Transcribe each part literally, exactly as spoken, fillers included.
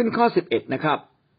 ขึ้นข้อสิบเอ็ดนะครับ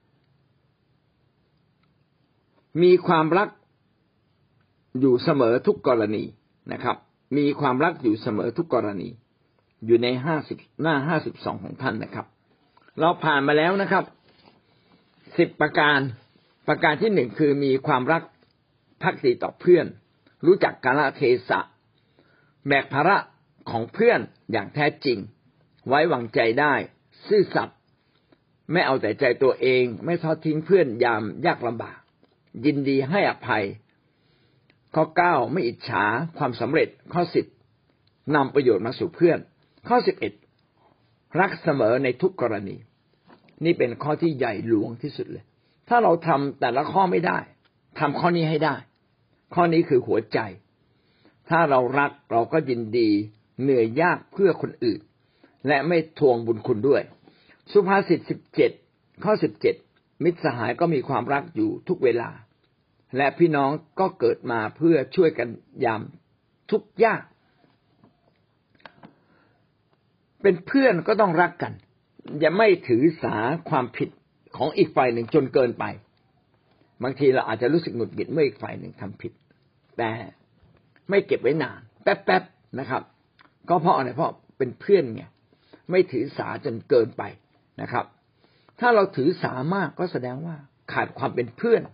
มีความรักอยู่เสมอทุกกรณีนะครับมีความรักอยู่เสมอทุกกรณีอยู่ในห้าสิบหน้าห้าสิบสองของท่านนะครับเราผ่านมาแล้วนะครับสิบประการประการที่หนึ่งคือมีความรักภักดีต่อเพื่อนรู้จักกาลเทศะแบกภาระของเพื่อนอย่างแท้จริงไว้วางใจได้ซื่อสัตย์ไม่เอาแต่ใจตัวเองไม่ทอดทิ้งเพื่อนยามยากลำบากยินดีให้อภัยข้อเก้าไม่อิจฉาความสำเร็จข้อสิบนำประโยชน์มาสู่เพื่อนข้อสิบเอ็ดรักเสมอในทุกกรณีนี่เป็นข้อที่ใหญ่หลวงที่สุดเลยถ้าเราทำแต่ละข้อไม่ได้ทำข้อนี้ให้ได้ข้อนี้คือหัวใจถ้าเรารักเราก็ยินดีเหนื่อยยากเพื่อคนอื่นและไม่ทวงบุญคุณด้วยสุภาษิตสิบเจ็ดข้อสิบเจ็ดมิตรสหายก็มีความรักอยู่ทุกเวลาและพี่น้องก็เกิดมาเพื่อช่วยกันยามทุกข์ยากเป็นเพื่อนก็ต้องรักกันอย่าไม่ถือสาความผิดของอีกฝ่ายหนึ่งจนเกินไปบางทีเราอาจจะรู้สึกหงุดหงิดเมื่ออีกฝ่ายหนึ่งทำผิดแต่ไม่เก็บไว้นานแป๊บๆนะครับก็เพราะอะไรเพราะเป็นเพื่อนไงไม่ถือสาจนเกินไปนะครับถ้าเราถือสามากก็แสดงว่าขาดความเป็นเพื่อน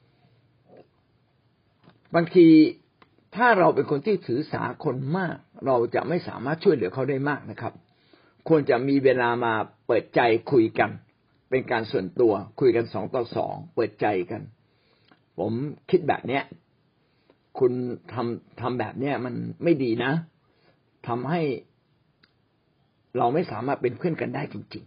บางทีถ้าเราเป็นคนที่ถือสาคนมากเราจะไม่สามารถช่วยเหลือเขาได้มากนะครับควรจะมีเวลามาเปิดใจคุยกันเป็นการส่วนตัวคุยกันสองต่อสองเปิดใจกันผมคิดแบบเนี้ยคุณทำทำแบบเนี้ยมันไม่ดีนะทำให้เราไม่สามารถเป็นเพื่อนกันได้จริง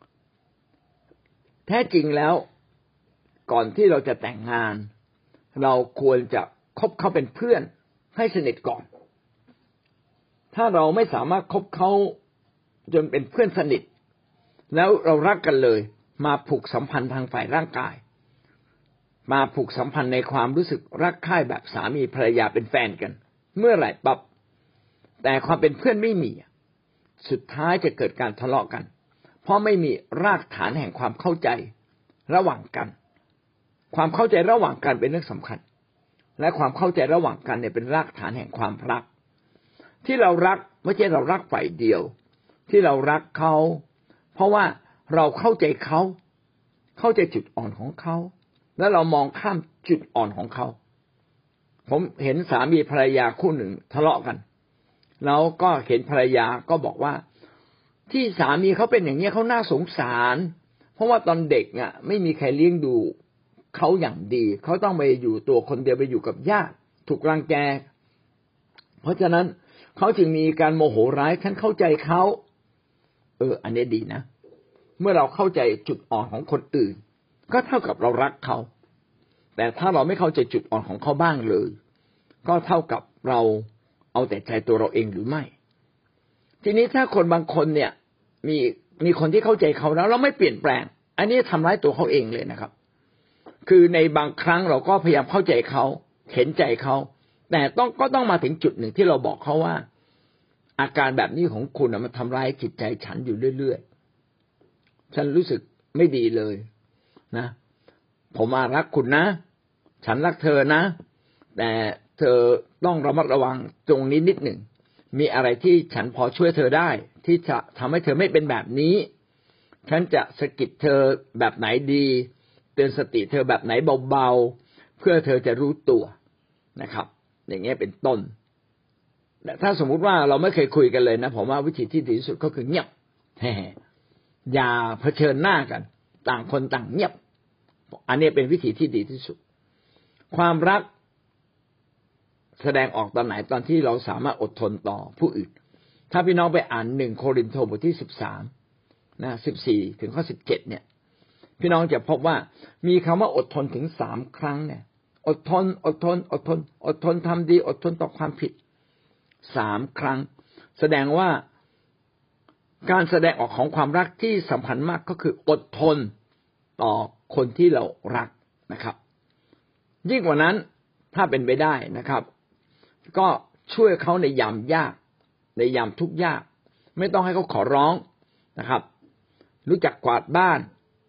ๆแท้จริงแล้วก่อนที่เราจะแต่งงานเราควรจะคบเขาเป็นเพื่อนให้สนิทก่อนถ้าเราไม่สามารถคบเขาจนเป็นเพื่อนสนิทแล้วเรารักกันเลยมาผูกสัมพันธ์ทางฝ่ายร่างกายมาผูกสัมพันธ์ในความรู้สึกรักใคร่แบบสามีภรรยาเป็นแฟนกันเมื่อไหร่ปั๊บแต่ความเป็นเพื่อนไม่มีสุดท้ายจะเกิดการทะเลาะกันเพราะไม่มีรากฐานแห่งความเข้าใจระหว่างกันความเข้าใจระหว่างกันเป็นเรื่องสำคัญและความเข้าใจระหว่างกันเนี่ยเป็นรากฐานแห่งความรักที่เรารักไม่ใช่เรารักฝ่ายเดียวที่เรารักเขาเพราะว่าเราเข้าใจเขาเข้าใจจุดอ่อนของเขาแล้วเรามองข้ามจุดอ่อนของเขาผมเห็นสามีภรรยาคู่หนึ่งทะเลาะกันแล้วก็เห็นภรรยาก็บอกว่าที่สามีเขาเป็นอย่างนี้เขาน่าสงสารเพราะว่าตอนเด็กอ่ะไม่มีใครเลี้ยงดูเขาอย่างดีเขาต้องไปอยู่ตัวคนเดียวไปอยู่กับญาติถูกรังแกเพราะฉะนั้นเขาจึงมีการโมโหร้ายฉันเข้าใจเขาเอออันนี้ดีนะเมื่อเราเข้าใจจุดอ่อนของคนอื่นก็เท่ากับเรารักเขาแต่ถ้าเราไม่เข้าใจจุดอ่อนของเขาบ้างเลยก็เท่ากับเราเอาแต่ใจตัวเราเองหรือไม่ทีนี้ถ้าคนบางคนเนี่ยมีมีคนที่เข้าใจเขาแล้วเราไม่เปลี่ยนแปลงอันนี้ทำร้ายตัวเขาเองเลยนะครับคือในบางครั้งเราก็พยายามเข้าใจเขาเห็นใจเขาแต่ต้องก็ต้องมาถึงจุดหนึ่งที่เราบอกเขาว่าอาการแบบนี้ของคุณมันทำร้ายจิตใจฉันอยู่เรื่อยๆฉันรู้สึกไม่ดีเลยนะผมมารักคุณนะฉันรักเธอนะแต่เธอต้องระมัดระวังตรงนี้นิดหนึ่งมีอะไรที่ฉันพอช่วยเธอได้ที่จะทำให้เธอไม่เป็นแบบนี้ฉันจะสะกิดเธอแบบไหนดีเตือนสติเธอแบบไหนเบาๆเพื่อเธอจะรู้ตัวนะครับอย่างเงี้ยเป็นต้นแต่ถ้าสมมุติว่าเราไม่เคยคุยกันเลยนะผมว่าวิธีที่ดีที่สุดก็คือเงียบอย่าเผชิญหน้ากันต่างคนต่างเงียบอันนี้เป็นวิธีที่ดีที่สุดความรักแสดงออกตอนไหนตอนที่เราสามารถอดทนต่อผู้อื่นถ้าพี่น้องไปอ่านหนึ่งโครินธ์บทที่สิบสามนะสิบสี่ถึงข้อสิบเจ็ดเนี่ยพี่น้องจะพบว่ามีคำว่าอดทนถึงสามครั้งเนี่ยอดทนอดทนอดทนอดทนทำดีอดทนต่อความผิดสามครั้งแสดงว่าการแสดงออกของความรักที่สำคัญมากก็คืออดทนต่อคนที่เรารักนะครับยิ่งกว่านั้นถ้าเป็นไปได้นะครับก็ช่วยเขาในยามยากในยามทุกข์ยากไม่ต้องให้เขาขอร้องนะครับรู้จักกวาดบ้าน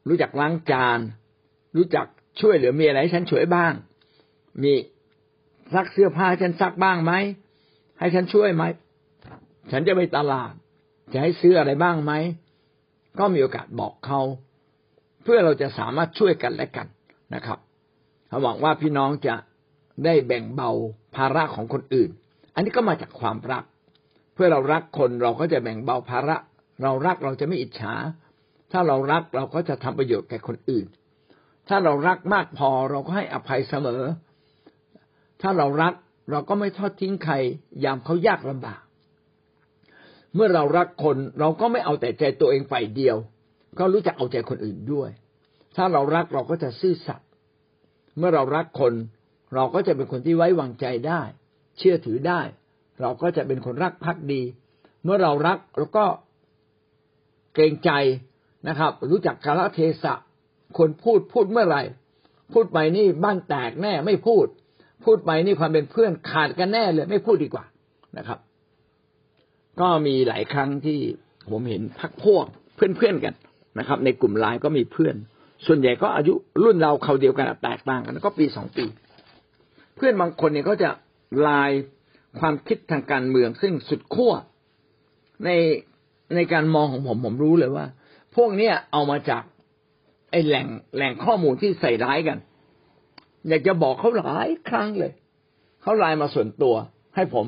รู้จักล้างจานรู้จักช่วยเหลือมีอะไรให้ฉันช่วยบ้างมีซักเสื้อผ้าฉันซักบ้างไหมให้ฉันช่วยไหมฉันจะไปตลาดจะให้ซื้ออะไรบ้างไหมก็มีโอกาสบอกเขาเพื่อเราจะสามารถช่วยกันและกันนะครับหวังว่าพี่น้องจะได้แบ่งเบาภาระของคนอื่นอันนี้ก็มาจากความรักเพื่อเรารักคนเราก็จะแบ่งเบาภาระเรารักเราจะไม่อิจฉาถ้าเรารักเราก็จะทำประโยชน์แก่คนอื่นถ้าเรารักมากพอเราก็ให้อภัยเสมอถ้าเรารักเราก็ไม่ทอดทิ้งใครยามเขายากลำบากเมื่อเรารักคนเราก็ไม่เอาแต่ใจตัวเองฝ่ายเดียวก็รู้จักเอาใจคนอื่นด้วยถ้าเรารักเราก็จะซื่อสัตย์เมื่อเรารักคนเราก็จะเป็นคนที่ไว้วางใจได้เชื่อถือได้เราก็จะเป็นคนรักภักดีเมื่อเรารักเราก็เกรงใจนะครับรู้จักกาลเทศะคนพูดพูดเมื่อไหร่พูดไปนี่บ้านแตกแน่ไม่พูดพูดไปนี่ความเป็นเพื่อนขาดกันแน่เลยไม่พูดดีกว่านะครับก็มีหลายครั้งที่ผมเห็นพักพวกเพื่อนๆกันนะครับในกลุ่มไลน์ก็มีเพื่อนส่วนใหญ่ก็อายุรุ่นเราเขาเดียวกันแตกต่างกันก็ปีสองปีเพื่อนบางคนเนี่ยก็จะลายความคิดทางการเมืองซึ่งสุดขั้วในในการมองของผมผมรู้เลยว่าพวกเนี้ยเอามาจากไอ้แหล่งแหล่งข้อมูลที่ใส่ร้ายกันอยากจะบอกเขาหลายครั้งเลยเขาไลน์มาส่วนตัวให้ผม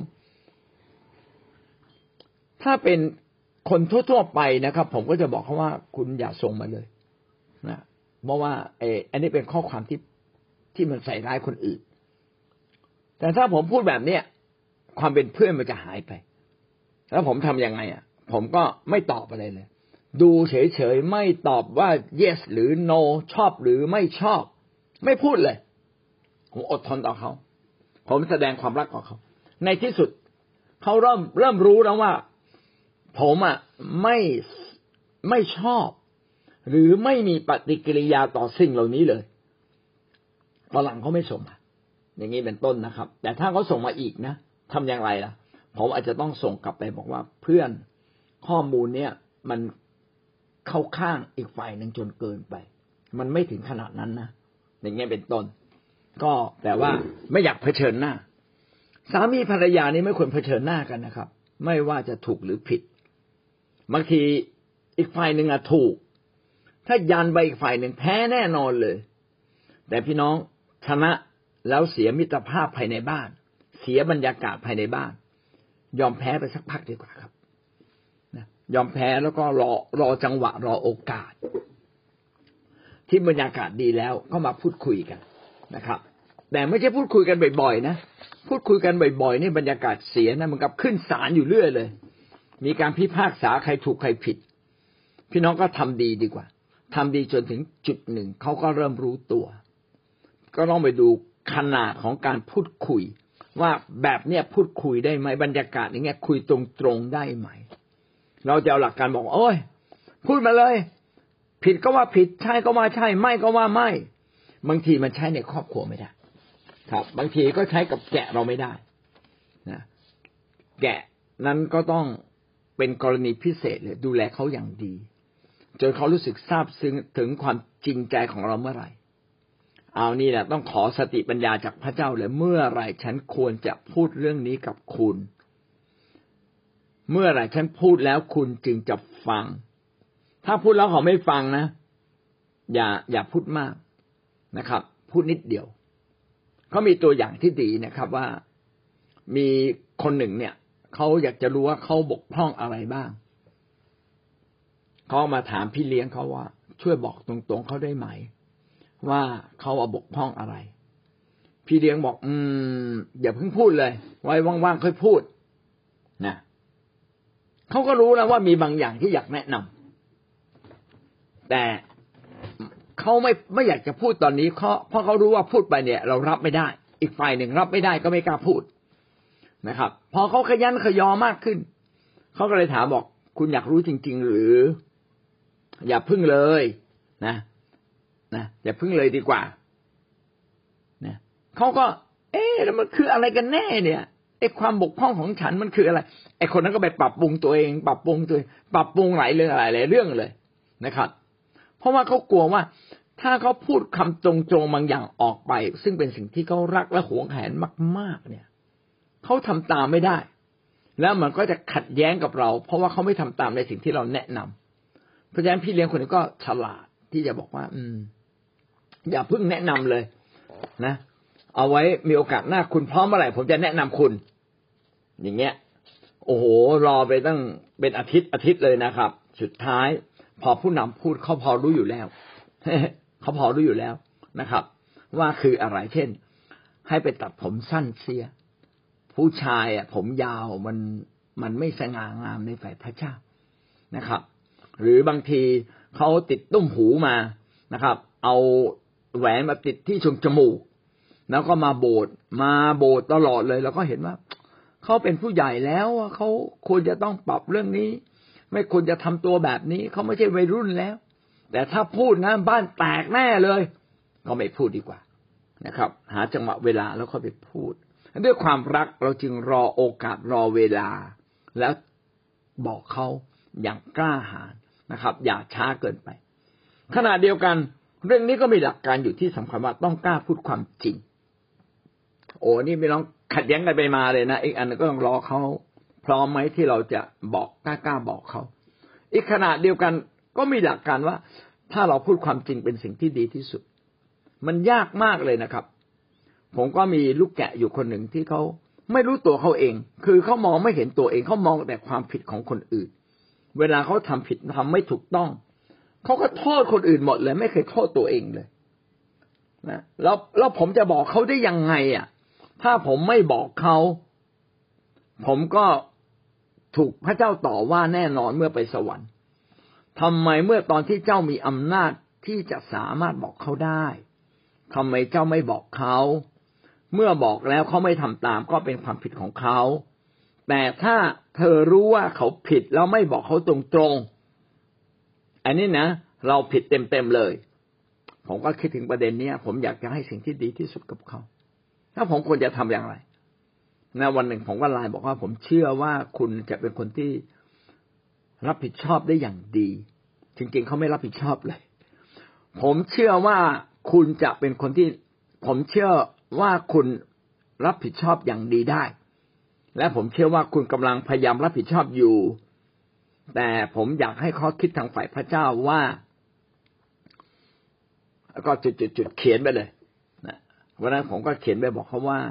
ถ้าเป็นคนทั่วๆไปนะครับผมก็จะบอกเขาว่าคุณอย่าส่งมาเลยนะเพราะว่าไอ้อันนี้เป็นข้อความที่ที่มันใส่ร้ายคนอื่นแต่ถ้าผมพูดแบบเนี้ยความเป็นเพื่อนมันจะหายไปแล้วผมทำยังไงอ่ะผมก็ไม่ตอบอะไรเลยดูเฉยๆไม่ตอบว่า yes หรือ no ชอบหรือไม่ชอบไม่พูดเลยผมอดทนต่อเขาผมแสดงความรักต่อเขาในที่สุดเขาเริ่มเริ่มรู้แล้วว่าผมอ่ะไม่ไม่ชอบหรือไม่มีปฏิกิริยาต่อสิ่งเหล่านี้เลยตอนหลังเขาไม่ส่งมาอย่างนี้เป็นต้นนะครับแต่ถ้าเขาส่งมาอีกนะทำอย่างไรล่ะผมอาจจะต้องส่งกลับไปบอกว่าเพื่อนข้อมูลเนี้ยมันเข้าข้างอีกฝ่ายหนึ่งจนเกินไปมันไม่ถึงขนาดนั้นนะอย่างเงี้ยเป็นต้นก็แต่ว่าไม่อยากเผชิญหน้าสามีภรรยานี่ไม่ควรเผชิญหน้ากันนะครับไม่ว่าจะถูกหรือผิดบางทีอีกฝ่ายหนึ่งอะถูกถ้ายันไปอีกฝ่ายหนึ่งแพ้แน่นอนเลยแต่พี่น้องชนะแล้วเสียมิตรภาพภายในบ้านเสียบรรยากาศภายในบ้านยอมแพ้ไปสักพักดีกว่าครับนะยอมแพ้แล้วก็รอรอจังหวะรอโอกาสที่บรรยากาศดีแล้วก็มาพูดคุยกันนะครับแต่ไม่ใช่พูดคุยกันบ่อยๆนะพูดคุยกันบ่อยๆนี่บรรยากาศเสียนะเหมือนกับขึ้นศาลอยู่เรื่อยเลยมีการพิพากษาใครถูกใครผิดพี่น้องก็ทำดีดีกว่าทำดีจนถึงจุดหนึ่งเขาก็เริ่มรู้ตัวก็ต้องไปดูขนาดของการพูดคุยว่าแบบเนี้ยพูดคุยได้ไหมบรรยากาศอย่างเงี้ยคุยตรงๆได้ไหมเราจะเอาหลักการบอกโอ้ยพูดมาเลยผิดก็ว่าผิดใช่ก็ว่าใช่ไม่ก็ว่าไม่บางทีมันใช้ในครอบครัวไม่ได้ครับบางทีก็ใช้กับแกะเราไม่ได้นะแกะนั้นก็ต้องเป็นกรณีพิเศษเลยดูแลเขาอย่างดีจนเขารู้สึกซาบซึ้งถึงความจริงใจของเราเมื่อไหร่เอานี่แหละต้องขอสติปัญญาจากพระเจ้าเลยเมื่อไหร่ฉันควรจะพูดเรื่องนี้กับคุณเมื่อไหร่ฉันพูดแล้วคุณจึงจะฟังถ้าพูดแล้วเขาไม่ฟังนะอย่าอย่าพูดมากนะครับพูดนิดเดียวเขามีตัวอย่างที่ดีนะครับว่ามีคนหนึ่งเนี่ยเขาอยากจะรู้ว่าเขาบกพร่องอะไรบ้างเขามาถามพี่เลี้ยงเขาว่าช่วยบอกตรงๆเขาได้ไหมว่าเขาบกพร่องอะไรพี่เลี้ยงบอกอืมอย่าเพิ่งพูดเลยไว้ว่างๆค่อยพูดนะเขาก็รู้แล้วว่ามีบางอย่างที่อยากแนะนำแต่เขาไม่ไม่อยากจะพูดตอนนี้เพราะเพราะเขารู้ว่าพูดไปเนี่ยเรารับไม่ได้อีกฝ่ายหนึ่งรับไม่ได้ก็ไม่กล้าพูดนะครับพอเขาขยันขยอมากขึ้นเขาก็เลยถามบอกคุณอยากรู้จริงๆหรืออย่าพึ่งเลยนะนะอย่าพึ่งเลยดีกว่านะเขาก็เอ๊ะแล้วมันคืออะไรกันแน่เนี่ยไอ้ความบกพร่องของฉันมันคืออะไรไอ้คนนั้นก็ไปปรับปรุงตัวเองปรับปรุงตัวปรับปรุงหลายเรื่องหลายเรื่องเลยนะครับเพราะว่าเขากลัวว่าถ้าเขาพูดคำตรงๆบางอย่างออกไปซึ่งเป็นสิ่งที่เขารักและหวงแหนมากๆเนี่ยเขาทำตามไม่ได้แล้วมันก็จะขัดแย้งกับเราเพราะว่าเขาไม่ทำตามในสิ่งที่เราแนะนำเพราะฉะนั้นพี่เลี้ยงคนนี้ก็ฉลาดที่จะบอกว่าอืมอย่าเพิ่งแนะนำเลยนะเอาไว้มีโอกาสหน้าคุณพร้อมเมื่อไหร่ผมจะแนะนำคุณอย่างเงี้ยโอ้โหรอไปตั้งเป็นอาทิตย์อาทิตย์เลยนะครับสุดท้ายพอผู้นำพูดเขาพอรู้อยู่แล้ว เขาพอรู้อยู่แล้วนะครับว่าคืออะไรเช่นให้ไปตัดผมสั้นเสียผู้ชายอ่ะผมยาวมันมันไม่สง่างามในฝ่ายพระเจ้านะครับหรือบางทีเขาติดตุ้มหูมานะครับเอาแหวนมาติดที่ชงจมูกแล้วก็มาโบสถ์มาโบสถ์ตลอดเลยแล้วก็เห็นว่าเขาเป็นผู้ใหญ่แล้วเขาควรจะต้องปรับเรื่องนี้ไม่ควรจะทำตัวแบบนี้เขาไม่ใช่วัยรุ่นแล้วแต่ถ้าพูดนะบ้านแตกแน่เลยก็ไม่พูดดีกว่านะครับหาจังหวะเวลาแล้วค่อยไปพูดด้วยความรักเราจึงรอโอกาสรอเวลาแล้วบอกเขาอย่างกล้าหาญนะครับอย่าช้าเกินไปขณะเดียวกันเรื่องนี้ก็มีหลักการอยู่ที่สำคัญว่าต้องกล้าพูดความจริงโอ้นี่ไม่ต้องขัดแย้งกันไปมาเลยนะอีกอันนึงก็ต้องรอเขาพร้อมไหมที่เราจะบอกกล้าๆบอกเขาอีกขณะเดียวกันก็มีหลักการว่าถ้าเราพูดความจริงเป็นสิ่งที่ดีที่สุดมันยากมากเลยนะครับผมก็มีลูกแกะอยู่คนหนึ่งที่เขาไม่รู้ตัวเขาเองคือเขามองไม่เห็นตัวเองเขามองแต่ความผิดของคนอื่นเวลาเขาทำผิดทำไม่ถูกต้องเขาก็โทษคนอื่นหมดเลยไม่เคยโทษตัวเองเลยนะแล้วแล้วผมจะบอกเขาได้ยังไงอ่ะถ้าผมไม่บอกเขาผมก็ถูกพระเจ้าต่อว่าแน่นอนเมื่อไปสวรรค์ทำไมเมื่อตอนที่เจ้ามีอำนาจที่จะสามารถบอกเขาได้ทำไมเจ้าไม่บอกเขาเมื่อบอกแล้วเขาไม่ทำตามก็เป็นความผิดของเขาแต่ถ้าเธอรู้ว่าเขาผิดแล้วไม่บอกเขาตรงๆอันนี้นะเราผิดเต็มๆเลยผมก็คิดถึงประเด็นนี้ผมอยากจะให้สิ่งที่ดีที่สุดกับเขาถ้าผมควรจะทำอย่างไรนะวันหนึ่งผมก็ไลน์บอกว่าผมเชื่อว่าคุณจะเป็นคนที่รับผิดชอบได้อย่างดีจริงๆเขาไม่รับผิดชอบเลยผมเชื่อว่าคุณจะเป็นคนที่ผมเชื่อว่าคุณรับผิดชอบอย่างดีได้และผมเชื่อว่าคุณกำลังพยายามรับผิดชอบอยู่แต่ผมอยากให้ข้อคิดทางฝ่ายพระเจ้าว่าก็จุดๆๆเขียนไปเลยนะวันนั้นผมก็เขียนไปบอกเขาว่า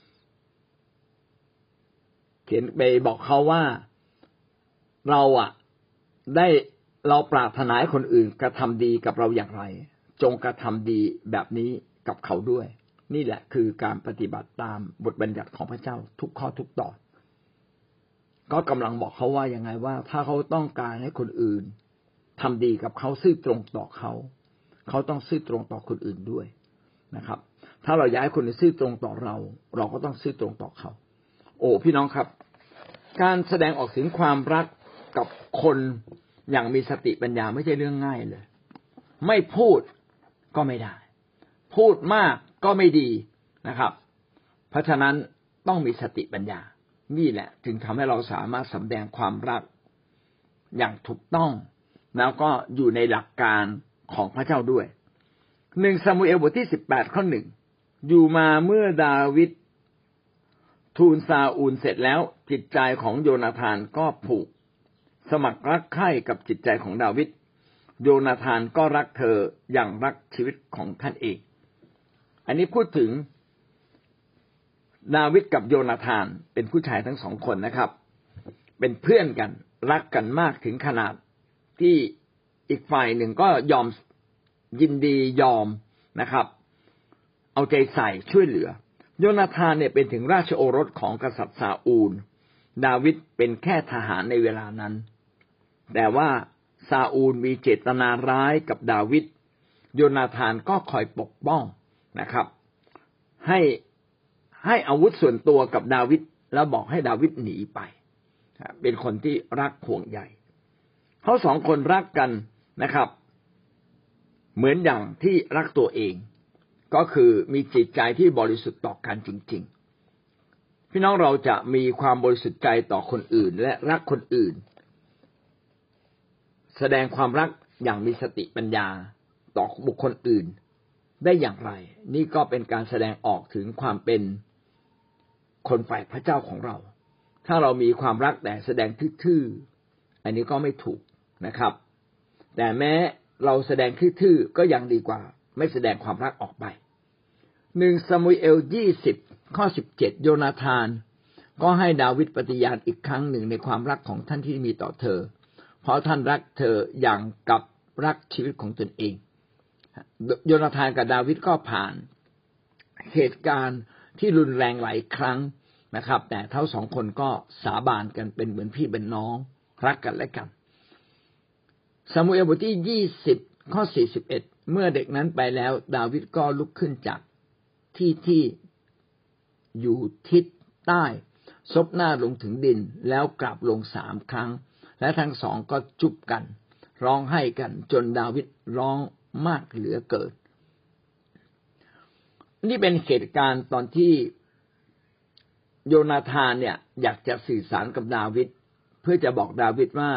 เขียนไปบอกเขาว่าเราอ่ะได้เราปรารถนาให้คนอื่นกระทำดีกับเราอย่างไรจงกระทำดีแบบนี้กับเขาด้วยนี่แหละคือการปฏิบัติตามบทบัญญัติของพระเจ้าทุกข้อทุกตอนก็กำลังบอกเขาว่ายังไงว่าถ้าเขาต้องการให้คนอื่นทำดีกับเขาซื่อตรงต่อเขาเขาต้องซื่อตรงต่อคนอื่นด้วยนะครับถ้าเราอยากให้คนอื่นซื่อตรงต่อเราเราก็ต้องซื่อตรงต่อเขาโอ้พี่น้องครับการแสดงออกถึงความรักกับคนอย่างมีสติปัญญาไม่ใช่เรื่องง่ายเลยไม่พูดก็ไม่ได้พูดมากก็ไม่ดีนะครับเพราะฉะนั้นต้องมีสติปัญญานี่แหละจึงทำให้เราสามารถแสดงความรักอย่างถูกต้องแล้วก็อยู่ในหลักการของพระเจ้าด้วยหนึ่งซามูเอลบทที่สิบแปดข้อหนึ่งอยู่มาเมื่อดาวิดทูลซาอูลเสร็จแล้วจิตใจของโยนาธานก็ผูกสมัครรักใคร่กับจิตใจของดาวิดโยนาธานก็รักเธออย่างรักชีวิตของท่านเองอันนี้พูดถึงดาวิดกับโยนาธานเป็นผู้ชายทั้งสองคนนะครับเป็นเพื่อนกันรักกันมากถึงขนาดที่อีกฝ่ายหนึ่งก็ยอมยินดียอมนะครับเอาใจใส่ช่วยเหลือโยนาธานเนี่ยเป็นถึงราชโอรสของกษัตริย์ซาอูลดาวิดเป็นแค่ทหารในเวลานั้นแต่ว่าซาอูลมีเจตนาร้ายกับดาวิดโยนาธานก็คอยปกป้องนะครับให้ให้อาวุธส่วนตัวกับดาวิดแล้วบอกให้ดาวิดหนีไปเป็นคนที่รักห่วงใยเขาสองคนรักกันนะครับเหมือนอย่างที่รักตัวเองก็คือมีจิตใจที่บริสุทธิ์ต่อกันจริงๆพี่น้องเราจะมีความบริสุทธิ์ใจต่อคนอื่นและรักคนอื่นแสดงความรักอย่างมีสติปัญญาต่อบุคคลอื่นได้อย่างไรนี่ก็เป็นการแสดงออกถึงความเป็นคนฝ่ายพระเจ้าของเราถ้าเรามีความรักแต่แสดงทื่อๆอันนี้ก็ไม่ถูกนะครับแต่แม้เราแสดงทื่อๆก็ยังดีกว่าไม่แสดงความรักออกไปหนึ่งซามูเอลยี่สิบข้อสิบเจ็ดโยนาธานก็ให้ดาวิดปฏิญาณอีกครั้งหนึ่งในความรักของท่านที่มีต่อเธอเพราะท่านรักเธออย่างกับรักชีวิตของตนเองโยนาธานกับดาวิดก็ผ่านเหตุการณ์ที่รุนแรงหลายครั้งนะครับแต่ทั้งสองคนก็สาบานกันเป็นเหมือนพี่เป็นน้องรักกันและกันซามูเอลบทที่ยี่สิบข้อสี่สิบเอ็ดเมื่อเด็กนั้นไปแล้วดาวิดก็ลุกขึ้นจากที่ที่อยู่ทิศใต้ซบหน้าลงถึงดินแล้วกราบลงสามครั้งและทั้งสองก็จุบกันร้องไห้กันจนดาวิดร้องมากเหลือเกินนี่เป็นเหตุการณ์ตอนที่โยนาธานเนี่ยอยากจะสื่อสารกับดาวิดเพื่อจะบอกดาวิดว่า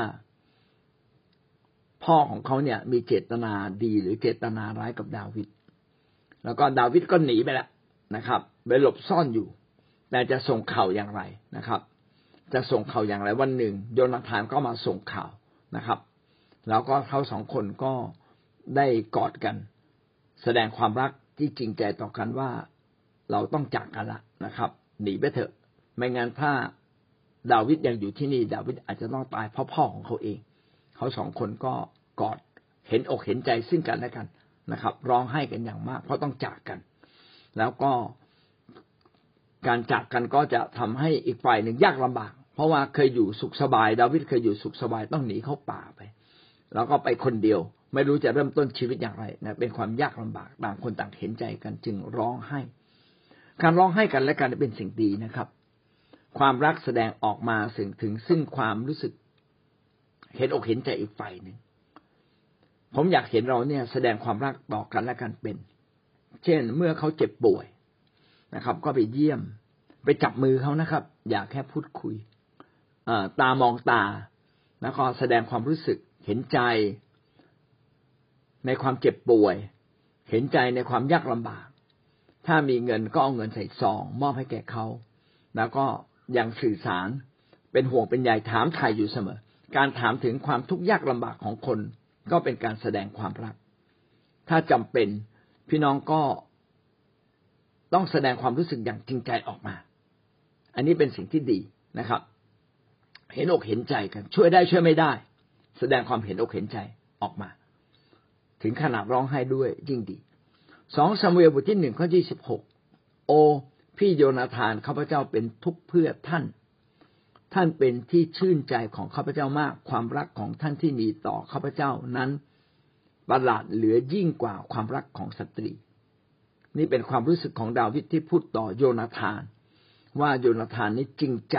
พ่อของเขาเนี่ยมีเจตนาดีหรือเจตนาร้ายกับดาวิดแล้วก็ดาวิดก็หนีไปแล้วนะครับไปหลบซ่อนอยู่แต่จะส่งข่าวอย่างไรนะครับจะส่งข่าวอย่างไรวันหนึ่งโยนาธานก็มาส่งข่าวนะครับแล้วก็เขาสองคนก็ได้กอดกันแสดงความรักที่จริงใจต่อกันว่าเราต้องจากกันละนะครับหนีไปเถอะไม่งั้นถ้าดาวิดยังอยู่ที่นี่ดาวิดอาจจะต้องตายเพราะพ่อของเขาเองเขาสองคนก็กอดเห็นอกเห็นใจซึ่งกันและกันนะครับร้องไห้กันอย่างมากเพราะต้องจากกันแล้วก็การจากกันก็จะทำให้อีกฝ่ายหนึ่งยากลำบากเพราะว่าเคยอยู่สุขสบายดาวิดเคยอยู่สุขสบายต้องหนีเข้าป่าไปแล้วก็ไปคนเดียวไม่รู้จะเริ่มต้นชีวิตอย่างไรนะเป็นความยากลำบากต่างคนต่างเห็นใจกันจึงร้องไห้การร้องไห้กันและกันเป็นสิ่งดีนะครับความรักแสดงออกมาถึงถึงซึ่งความรู้สึกเห็นอกเห็นใจอีกฝ่ายหนึ่งผมอยากเห็นเราเนี่ยแสดงความรักต่อกันและกันเป็นเช่นเมื่อเขาเจ็บป่วยนะครับก็ไปเยี่ยมไปจับมือเขานะครับอย่าแค่พูดคุยตามองตาแล้วก็แสดงความรู้สึกเห็นใจในความเจ็บป่วยเห็นใจในความยากลำบากถ้ามีเงินก็เอาเงินใส่ซองมอบให้แก่เขาแล้วก็ยังสื่อสารเป็นห่วงเป็นใยถามไถ่อยู่เสมอการถามถึงความทุกข์ยากลำบากของคนก็เป็นการแสดงความรักถ้าจำเป็นพี่น้องก็ต้องแสดงความรู้สึกอย่างจริงใจออกมาอันนี้เป็นสิ่งที่ดีนะครับเห็นอกเห็นใจกันช่วยได้ช่วยไม่ได้แสดงความเห็นอกเห็นใจออกมาถึงขนาดร้องไห้ด้วยยิ่งดีสองซามูเอลบทที่หนึ่งข้อยี่สิบหกโอพี่โยนาธานข้าพเจ้าเป็นทุกข์เพื่อท่านท่านเป็นที่ชื่นใจของข้าพเจ้ามากความรักของท่านที่มีต่อข้าพเจ้านั้นประหลาดเหลือยิ่งกว่าความรักของสตรีนี่เป็นความรู้สึกของดาวิดที่พูดต่อโยนาธานว่าโยนาธานนี้จริงใจ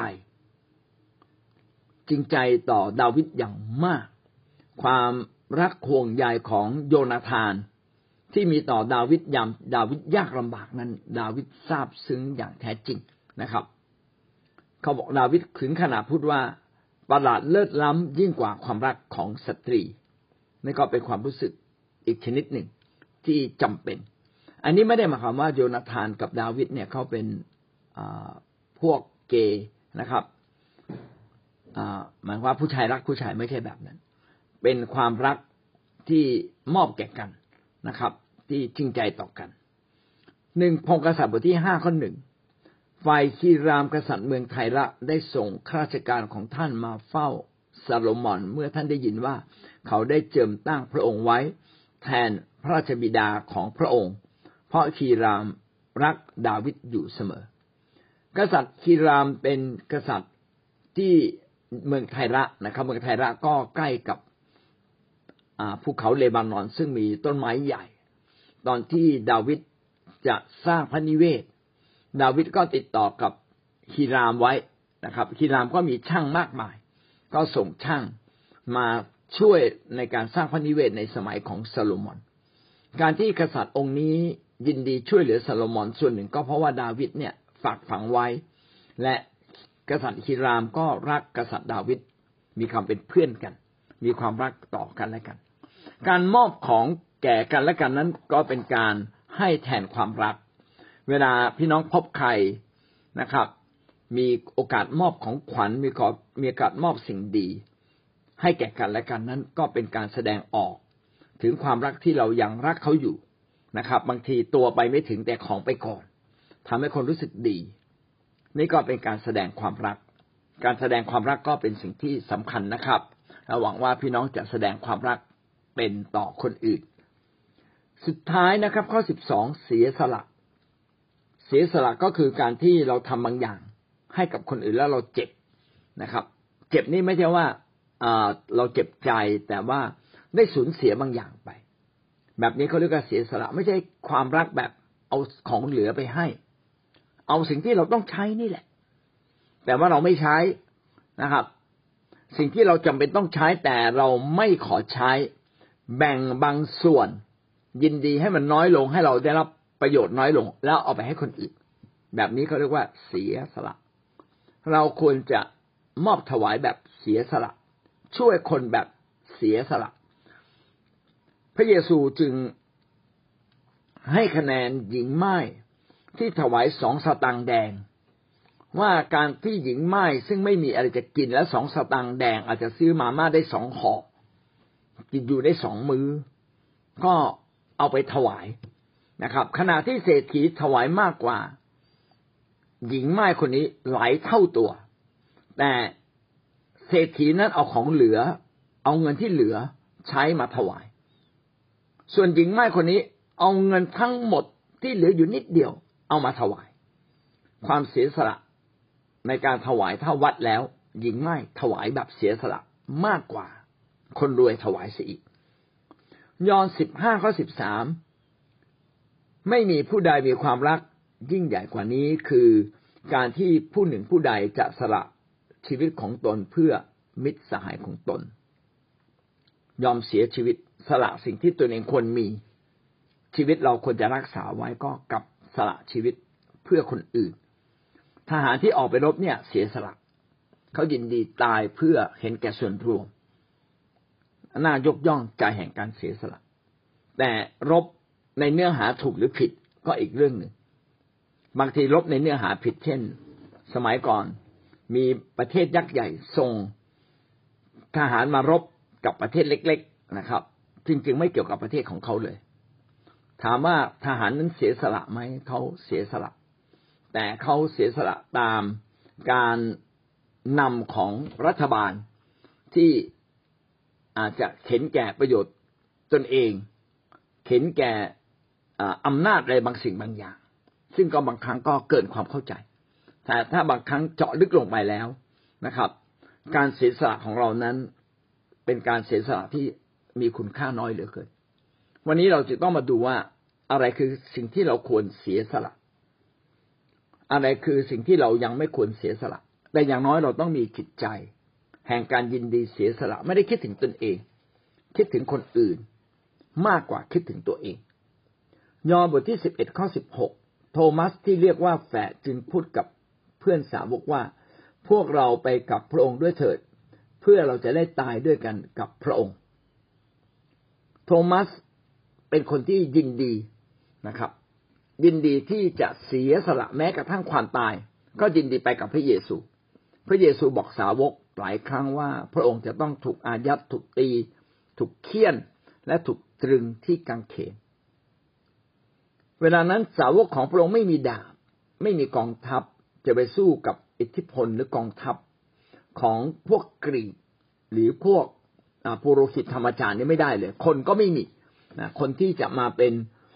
จริงใจต่อดาวิดอย่างมากความรักห่วงใยของโยนาธานที่มีต่อดาวิดยามดาวิดยากลำบากนั้นดาวิดซาบซึ้งอย่างแท้จริงนะครับเขาบอกดาวิดถึงขนาดพูดว่าประหลาดเลิศล้ำยิ่งกว่าความรักของสตรีนี่ก็เป็นความรู้สึกอีกชนิดหนึ่งที่จำเป็นอันนี้ไม่ได้หมายความว่าโยนาธานกับดาวิดเนี่ยเขาเป็นพวกเกย์นะครับหมายว่าผู้ชายรักผู้ชายไม่ใช่แบบนั้นเป็นความรักที่มอบแก่กันนะครับที่จริงใจต่อกันหนึ่งพงศ์กษัตริย์บทที่ห้าข้อหนึ่งฝ่ายคีรามกษัตริย์เมืองไทระได้ส่งข้าราชการของท่านมาเฝ้าซาโลมอนเมื่อท่านได้ยินว่าเขาได้เจิมตั้งพระองค์ไว้แทนพระราชบิดาของพระองค์เพราะคีรามรักดาวิดอยู่เสมอกษัตริย์คีรามเป็นกษัตริย์ที่เมืองไทระนะครับเมืองไทระก็ใกล้กับภูเขาเลบานอนซึ่งมีต้นไม้ใหญ่ตอนที่ดาวิดจะสร้างพระนิเวศดาวิดก็ติดต่อกับฮีรามไว้นะครับฮีรามก็มีช่างมากมายก็ส่งช่างมาช่วยในการสร้างพระนิเวศในสมัยของซาโลมอนการที่กษัตริย์องค์นี้ยินดีช่วยเหลือซาโลมอนส่วนหนึ่งก็เพราะว่าดาวิดเนี่ยฝากฝังไว้และกษัตริย์ฮีรามก็รักกษัตริย์ดาวิดมีความเป็นเพื่อนกันมีความรักต่อกันและกันการมอบของแก่กันและกันนั้นก็เป็นการให้แทนความรักเวลาพี่น้องพบใครนะครับมีโอกาสมอบของขวัญมีมีโอกาสมอบสิ่งดีให้แก่กันและกันนั้นก็เป็นการแสดงออกถึงความรักที่เรายังรักเขาอยู่นะครับบางทีตัวไปไม่ถึงแต่ของไปก่อนทำให้คนรู้สึกดีนี่ก็เป็นการแสดงความรักการแสดงความรักก็เป็นสิ่งที่สำคัญนะครับและหวังว่าพี่น้องจะแสดงความรักเป็นต่อคนอื่นสุดท้ายนะครับข้อสิบสองเสียสละเสียสละก็คือการที่เราทำบางอย่างให้กับคนอื่นแล้วเราเจ็บนะครับเจ็บนี่ไม่ใช่ว่าเราเจ็บใจแต่ว่าได้สูญเสียบางอย่างไปแบบนี้เขาเรียกว่าเสียสละไม่ใช่ความรักแบบเอาของเหลือไปให้เอาสิ่งที่เราต้องใช้นี่แหละแต่ว่าเราไม่ใช้นะครับสิ่งที่เราจำเป็นต้องใช้แต่เราไม่ขอใช้แบ่งบางส่วนยินดีให้มันน้อยลงให้เราได้รับประโยชน์น้อยลงแล้วเอาไปให้คนอื่นแบบนี้เขาเรียกว่าเสียสละเราควรจะมอบถวายแบบเสียสละช่วยคนแบบเสียสละพระเยซูจึงให้คะแนนหญิงม่ายที่ถวายสองสตางค์แดงว่าการที่หญิงม่ายซึ่งไม่มีอะไรจะกินและสองสตางค์แดงอาจจะซื้อมาม่าได้สองห่อกินอยู่ได้สองมื้อก็เอาไปถวายนะครับขณะที่เศรษฐีถวายมากกว่าหญิงม่ายคนนี้หลายเท่าตัวแต่เศรษฐีนั้นเอาของเหลือเอาเงินที่เหลือใช้มาถวายส่วนหญิงม่ายคนนี้เอาเงินทั้งหมดที่เหลืออยู่นิดเดียวเอามาถวายความเสียสละในการถวายถ้าวัดแล้วหญิงม่ายถวายแบบเสียสละมากกว่าคนรวยถวายเสียอีกยอห์นสิบห้าข้อสิบสามไม่มีผู้ใดมีความรักยิ่งใหญ่กว่านี้คือการที่ผู้หนึ่งผู้ใดจะสละชีวิตของตนเพื่อมิตรสหายของตนยอมเสียชีวิตสละสิ่งที่ตนเองควรมีชีวิตเราควรจะรักษาไว้ก็กับสละชีวิตเพื่อคนอื่นทหารที่ออกไปรบเนี่ยเสียสละเขายินดีตายเพื่อเห็นแก่ส่วนรวมน่ายกย่องใจแห่งการเสียสละแต่รบในเนื้อหาถูกหรือผิดก็อีกเรื่องหนึ่งบางทีรบในเนื้อหาผิดเช่นสมัยก่อนมีประเทศยักษ์ใหญ่ส่งทหารมารบกับประเทศเล็กๆนะครับจริงๆไม่เกี่ยวกับประเทศของเขาเลยถามว่าทหารนั้นเสียสละไหมเขาเสียสละแต่เขาเสียสละตามการนำของรัฐบาลที่อาจจะเห็นแก่ประโยชน์ตนเองเห็นแก่อำนาจอะไรบางสิ่งบางอย่างซึ่งก็บางครั้งก็เกินความเข้าใจแต่ถ้าบางครั้งเจาะลึกลงไปแล้วนะครับการเสียสละของเรานั้นเป็นการเสียสละที่มีคุณค่าน้อยเหลือเกินวันนี้เราจะต้องมาดูว่าอะไรคือสิ่งที่เราควรเสียสละอะไรคือสิ่งที่เรายังไม่ควรเสียสละแต่อย่างน้อยเราต้องมีจิตใจแห่งการยินดีเสียสละไม่ได้คิดถึงตนเองคิดถึงคนอื่นมากกว่าคิดถึงตัวเองยอห์นบทที่สิบเอ็ดข้อสิบหกโทมัสที่เรียกว่าแฝดจึงพูดกับเพื่อนสาวกว่าพวกเราไปกับพระองค์ด้วยเถิดเพื่อเราจะได้ตายด้วยกันกับพระองค์โทมัสเป็นคนที่ยินดีนะครับยินดีที่จะเสียสละแม้กระทั่งความตายก็ยินดีไปกับพระเยซูพระเยซูบอกสาวกหลายครั้งว่าพระองค์จะต้องถูกอายัดถูกตีถูกเฆี่ยนและถูกตรึงที่กางเขนเวลานั้นสาวกของพระองค์ไม่มีดาบไม่มีกองทัพจะไปสู้กับอิทธิพลหรือกองทัพของพวกกรีกหรือพวกปุโรหิตธรรมจารย์นี่ไม่ได้เลยคนก็ไม่มีนะคนที่จะมาเป็น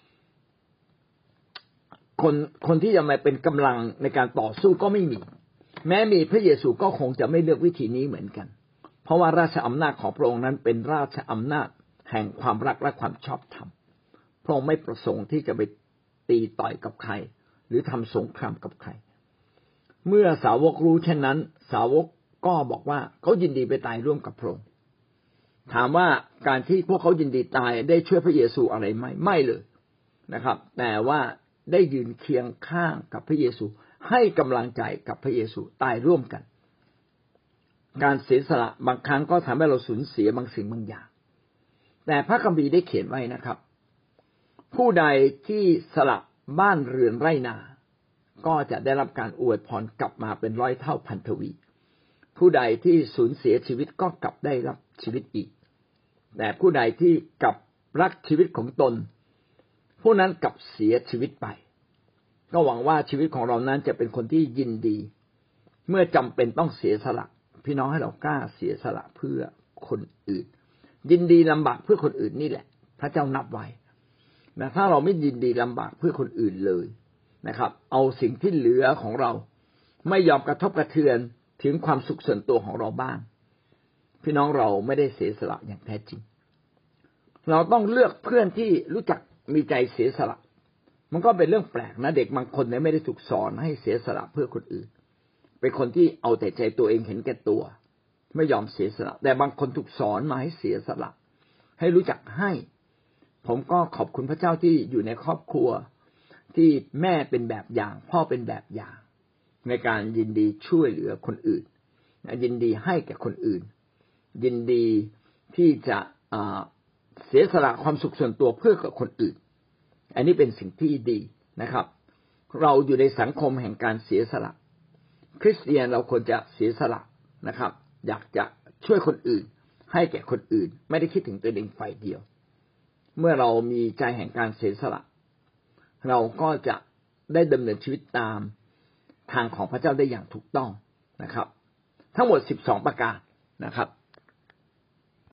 คนคนที่จะมาเป็นกำลังในการต่อสู้ก็ไม่มีแม้มีพระเยซูก็คงจะไม่เลือกวิธีนี้เหมือนกันเพราะว่าราชอำนาจของพระองค์นั้นเป็นราชอำนาจแห่งความรักและความชอบธรรมพระองค์ไม่ประสงค์ที่จะไปตีต่อยกับใครหรือทำสงครามกับใครเมื่อสาวกรู้เช่นนั้นสาวกก็บอกว่าเขายินดีไปตายร่วมกับพระองค์ถามว่าการที่พวกเขายินดีตายได้ช่วยพระเยซูอะไรไหมไม่เลยนะครับแต่ว่าได้ยืนเคียงข้างกับพระเยซูให้กำลังใจกับพระเยซูตายร่วมกันการเสียสละบางครั้งก็ทำให้เราสูญเสียบางสิ่งบางอย่างแต่พระคัมภีร์ได้เขียนไว้นะครับผู้ใดที่สละบ้านเรือนไร่นาก็จะได้รับการอวยพรกลับมาเป็นร้อยเท่าพันทวีผู้ใดที่สูญเสียชีวิตก็กลับได้รับชีวิตอีกแต่ผู้ใดที่กลับรักชีวิตของตนผู้นั้นกลับเสียชีวิตไปก็หวังว่าชีวิตของเรานั้นจะเป็นคนที่ยินดีเมื่อจำเป็นต้องเสียสละพี่น้องให้เรากล้าเสียสละเพื่อคนอื่นยินดีลำบากเพื่อคนอื่นนี่แหละพระเจ้านับไว้นะถ้าเราไม่ยินดีลำบากเพื่อคนอื่นเลยนะครับเอาสิ่งที่เหลือของเราไม่ยอมกระทบกระเทือนถึงความสุขส่วนตัวของเราบ้างพี่น้องเราไม่ได้เสียสละอย่างแท้จริงเราต้องเลือกเพื่อนที่รู้จักมีใจเสียสละมันก็เป็นเรื่องแปลกนะเด็กบางคนเนี่ยไม่ได้ถูกสอนให้เสียสละเพื่อคนอื่นเป็นคนที่เอาแต่ใจตัวเองเห็นแก่ตัวไม่ยอมเสียสละแต่บางคนถูกสอนมาให้เสียสละให้รู้จักให้ผมก็ขอบคุณพระเจ้าที่อยู่ในครอบครัวที่แม่เป็นแบบอย่างพ่อเป็นแบบอย่างในการยินดีช่วยเหลือคนอื่นยินดีให้แก่คนอื่นยินดีที่จะเสียสละความสุขส่วนตัวเพื่อกับคนอื่นอันนี้เป็นสิ่งที่ดีนะครับเราอยู่ในสังคมแห่งการเสียสละคริสเตียนเราควรจะเสียสละนะครับอยากจะช่วยคนอื่นให้แก่คนอื่นไม่ได้คิดถึงตัวเองฝ่ายเดียวเมื่อเรามีใจแห่งการเสียสละเราก็จะได้ดำเนินชีวิตตามทางของพระเจ้าได้อย่างถูกต้องนะครับทั้งหมดสิบสองประการนะครับ